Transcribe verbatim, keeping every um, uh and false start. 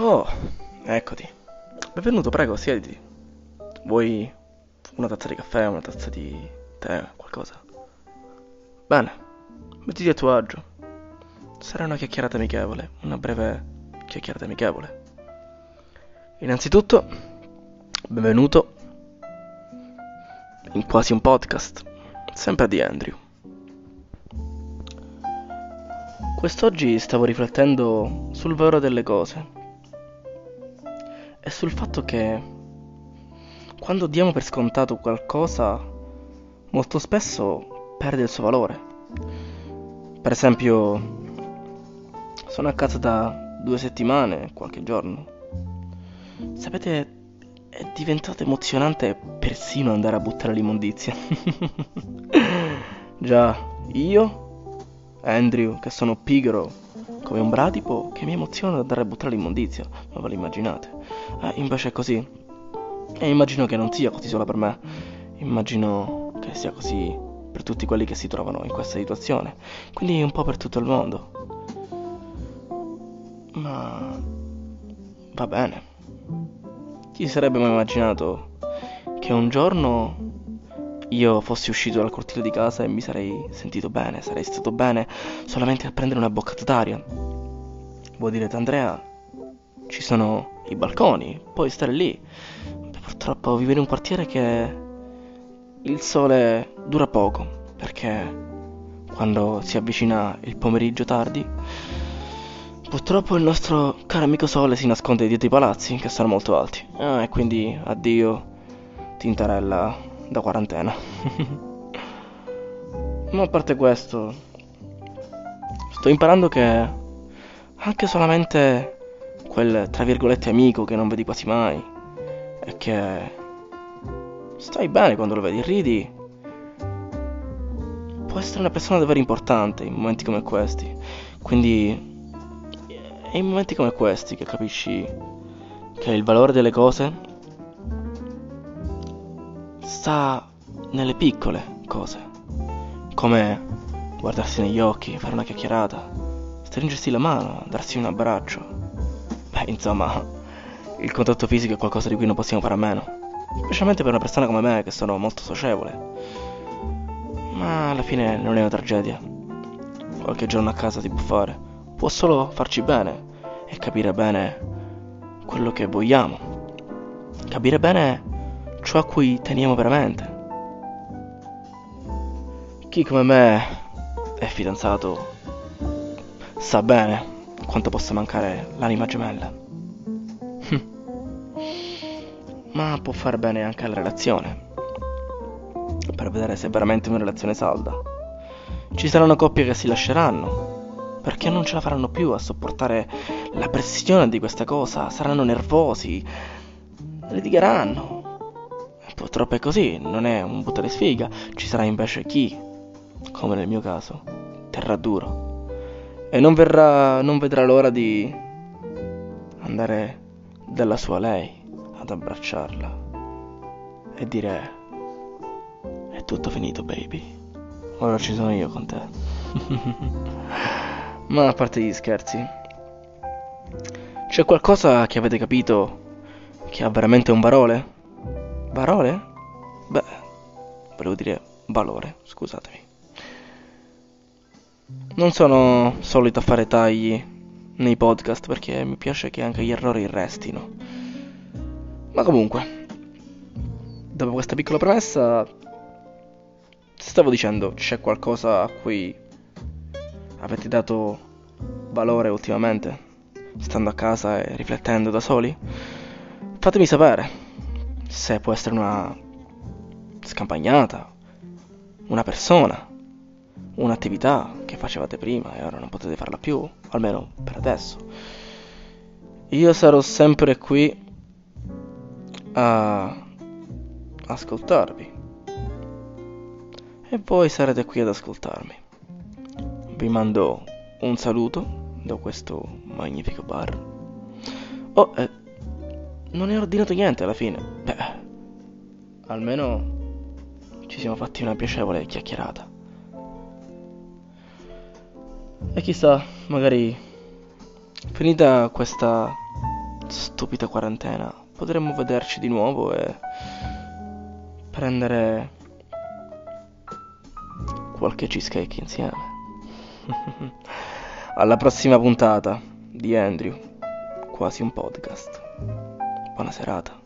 Oh, eccoti. Benvenuto, prego, siediti. Vuoi una tazza di caffè, una tazza di tè, qualcosa? Bene, mettiti a tuo agio. Sarà una chiacchierata amichevole, una breve chiacchierata amichevole. Innanzitutto, benvenuto in quasi un podcast, sempre di Andrew. Quest'oggi stavo riflettendo sul valore delle cose e sul fatto che quando diamo per scontato qualcosa, molto spesso perde il suo valore. Per esempio, sono a casa da due settimane, qualche giorno. Sapete, è diventato emozionante persino andare a buttare l'immondizia. Già, io, Andrew, che sono pigro come un bradipo, che mi emoziona ad andare a buttare l'immondizia, ma ve lo immaginate? Eh, invece è così. E immagino che non sia così solo per me, immagino che sia così per tutti quelli che si trovano in questa situazione, quindi un po' per tutto il mondo. Ma va bene. Chi sarebbe mai immaginato che un giorno io fossi uscito dal cortile di casa e mi sarei sentito bene, sarei stato bene solamente a prendere una boccata d'aria? Voi direte, Andrea, ci sono i balconi, puoi stare lì. Purtroppo vivo in un quartiere che il sole dura poco, perché quando si avvicina il pomeriggio tardi, purtroppo il nostro caro amico sole si nasconde dietro i palazzi, che sono molto alti. Ah, e quindi addio, tintarella da quarantena. Ma a parte questo, sto imparando che anche solamente quel, tra virgolette, amico che non vedi quasi mai, e che stai bene quando lo vedi, ridi, può essere una persona davvero importante in momenti come questi. Quindi è in momenti come questi che capisci che il valore delle cose sta nelle piccole cose, come guardarsi negli occhi, fare una chiacchierata, stringersi la mano, darsi un abbraccio. Beh, insomma, il contatto fisico è qualcosa di cui non possiamo fare a meno, specialmente per una persona come me che sono molto socievole. Ma alla fine non è una tragedia. Qualche giorno a casa si può fare, può solo farci bene e capire bene quello che vogliamo, capire bene ciò a cui teniamo veramente. Chi come me è fidanzato sa bene quanto possa mancare l'anima gemella. Ma può fare bene anche alla relazione, per vedere se è veramente una relazione salda. Ci saranno coppie che si lasceranno perché non ce la faranno più a sopportare la pressione di questa cosa, saranno nervosi, litigheranno. Purtroppo è così, non è un buttare sfiga. Ci sarà invece chi, come nel mio caso, terrà duro e non verrà, non vedrà l'ora di andare dalla sua lei ad abbracciarla e dire: è tutto finito, baby, ora ci sono io con te. Ma a parte gli scherzi, c'è qualcosa che avete capito che ha veramente un valore? Valore? Beh, volevo dire valore, scusatemi. Non sono solito a fare tagli nei podcast perché mi piace che anche gli errori restino. Ma comunque, dopo questa piccola premessa, stavo dicendo, c'è qualcosa a cui avete dato valore ultimamente, stando a casa e riflettendo da soli? Fatemi sapere. Se può essere una scampagnata, una persona, un'attività che facevate prima e ora non potete farla più, almeno per adesso. Io sarò sempre qui a ascoltarvi e voi sarete qui ad ascoltarmi. Vi mando un saluto da questo magnifico bar. Oh, eh, non ne ho ordinato niente alla fine. Beh, almeno ci siamo fatti una piacevole chiacchierata. E chissà, magari finita questa stupida quarantena potremmo vederci di nuovo e prendere qualche cheesecake insieme. Alla prossima puntata di Andrew, quasi un podcast. Buona serata.